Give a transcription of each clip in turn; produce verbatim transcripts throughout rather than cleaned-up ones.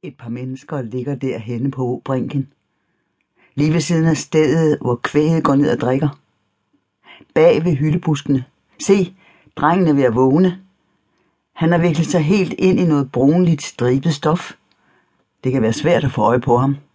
Et par mennesker ligger derhenne på åbrinken. Lige ved siden af stedet, hvor kvæget går ned og drikker. Bag ved hyldebuskene. Se, drengen er ved at vågne. Han har viklet sig helt ind i noget brunligt stribet stof. Det kan være svært at få øje på ham.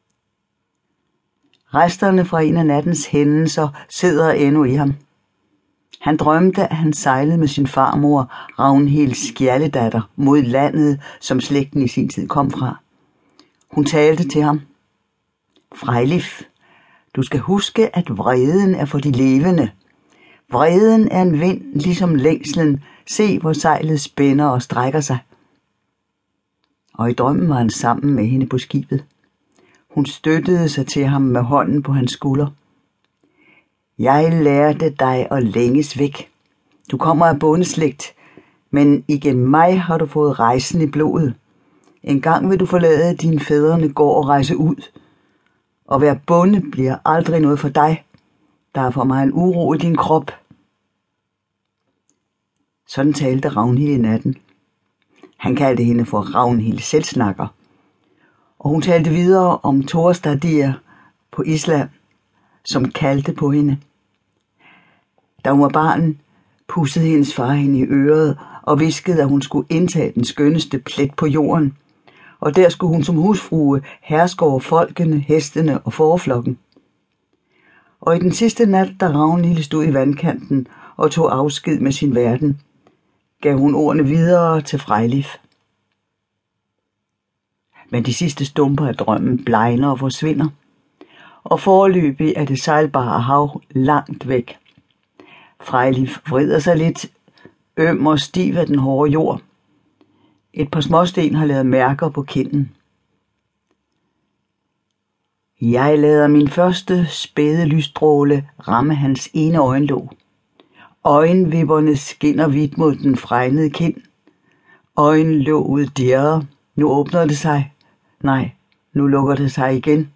Resterne fra en af nattens hændelser sidder endnu i ham. Han drømte, at han sejlede med sin farmor, Ragnhild Skjaldedatter, mod landet, som slægten i sin tid kom fra. Hun talte til ham. Frejlif, du skal huske, at vreden er for de levende. Vreden er en vind, ligesom længslen. Se, hvor sejlet spænder og strækker sig. Og i drømmen var han sammen med hende på skibet. Hun støttede sig til ham med hånden på hans skulder. Jeg lærte dig at længes væk. Du kommer af bondeslægt, men igennem mig har du fået rejsen i blodet. En gang vil du forlade din fædrene gård og rejse ud. Og være bonde bliver aldrig noget for dig. Der er for mig en uro i din krop. Sådan talte Ragnhild i natten. Han kaldte hende for Ragnhild Selvsnakker. Og hun talte videre om Thorstadir på Island, som kaldte på hende. Da hun var barn, pudsede hendes far hende i øret og viskede, at hun skulle indtage den skønneste plet på jorden, og der skulle hun som husfrue herske over folkene, hestene og fåreflokken. Og i den sidste nat, da Ragnhild stod i vandkanten og tog afsked med sin verden, gav hun ordene videre til Frejlif. Men de sidste stumper af drømmen blegner og forsvinder, og foreløbig er det sejlbare hav langt væk. Frejlif vrider sig lidt, øm og stiv af den hårde jord. Et par småsten har lavet mærker på kinden. Jeg lader min første spæde lysstråle ramme hans ene øjenlåg. Øjenvipperne skinner hvidt mod den fregnede kind. Øjenlåget dirrer. Nu åbner det sig. Nej, nu lukker det sig igen.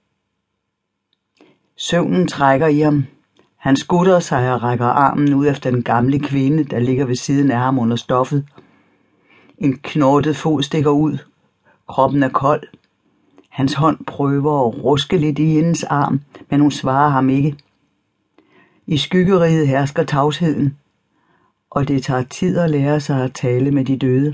Søvnen trækker i ham. Han skutter sig og rækker armen ud efter den gamle kvinde, der ligger ved siden af ham under stoffet. En knortet fod stikker ud. Kroppen er kold. Hans hånd prøver at ruske lidt i hendes arm, men hun svarer ham ikke. I skyggeriget hersker tavsheden, og det tager tid at lære sig at tale med de døde.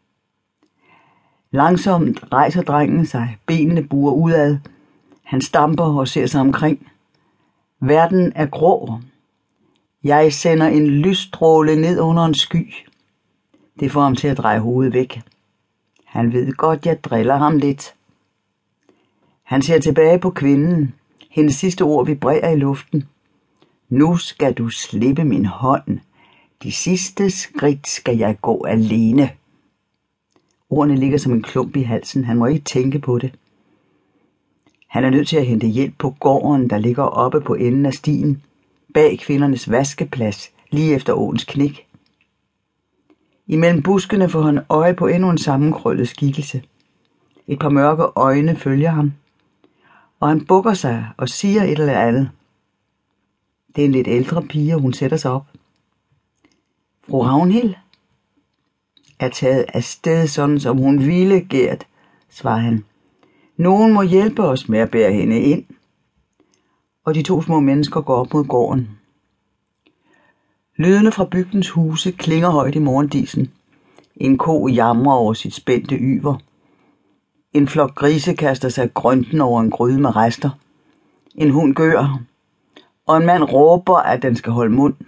Langsomt rejser drengen sig, benene buer udad. Han stamper og ser sig omkring. Verden er grå. Jeg sender en lysstråle ned under en sky. Det får ham til at dreje hovedet væk. Han ved godt, jeg driller ham lidt. Han ser tilbage på kvinden. Hendes sidste ord vibrerer i luften. Nu skal du slippe min hånd. De sidste skridt skal jeg gå alene. Ordene ligger som en klump i halsen. Han må ikke tænke på det. Han er nødt til at hente hjælp på gården, der ligger oppe på enden af stien, bag kvindernes vaskeplads, lige efter åens knæk. Imellem buskene får han øje på endnu en sammenkrøllet skikkelse. Et par mørke øjne følger ham, og han bukker sig og siger et eller andet. Det er en lidt ældre pige, og hun sætter sig op. Fru Ragnhild er taget af sted, sådan som hun ville, Gert, svarer han. Nogen må hjælpe os med at bære hende ind. Og de to små mennesker går op mod gården. Lydene fra bygdens huse klinger højt i morgendisen. En ko jamrer over sit spændte yver. En flok grise kaster sig grønten over en gryde med rester. En hund gør, og en mand råber, at den skal holde mund.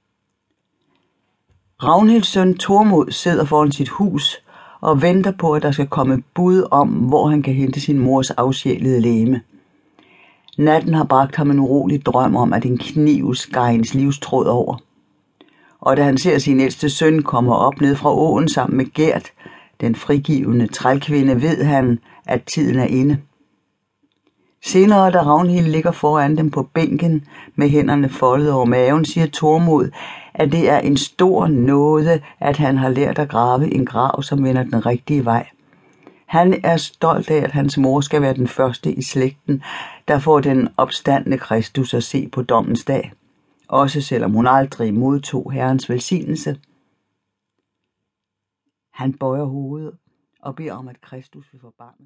Ragnhilds søn Tormod sidder foran sit hus og venter på, at der skal komme bud om, hvor han kan hente sin mors afsjælede legeme. Natten har bragt ham en urolig drøm om, at en kniv skar hendes livstråd over. Og da han ser sin ældste søn komme op ned fra åen sammen med Gert, den frigivende trælkvinde, ved han, at tiden er inde. Senere, da Ragnhild ligger foran dem på bænken med hænderne foldet over maven, siger Tormod, at det er en stor nåde, at han har lært at grave en grav, som vender den rigtige vej. Han er stolt af, at hans mor skal være den første i slægten, der får den opstandne Kristus at se på dommens dag, også selvom hun aldrig modtog Herrens velsignelse. Han bøjer hovedet og beder om, at Kristus vil forbarme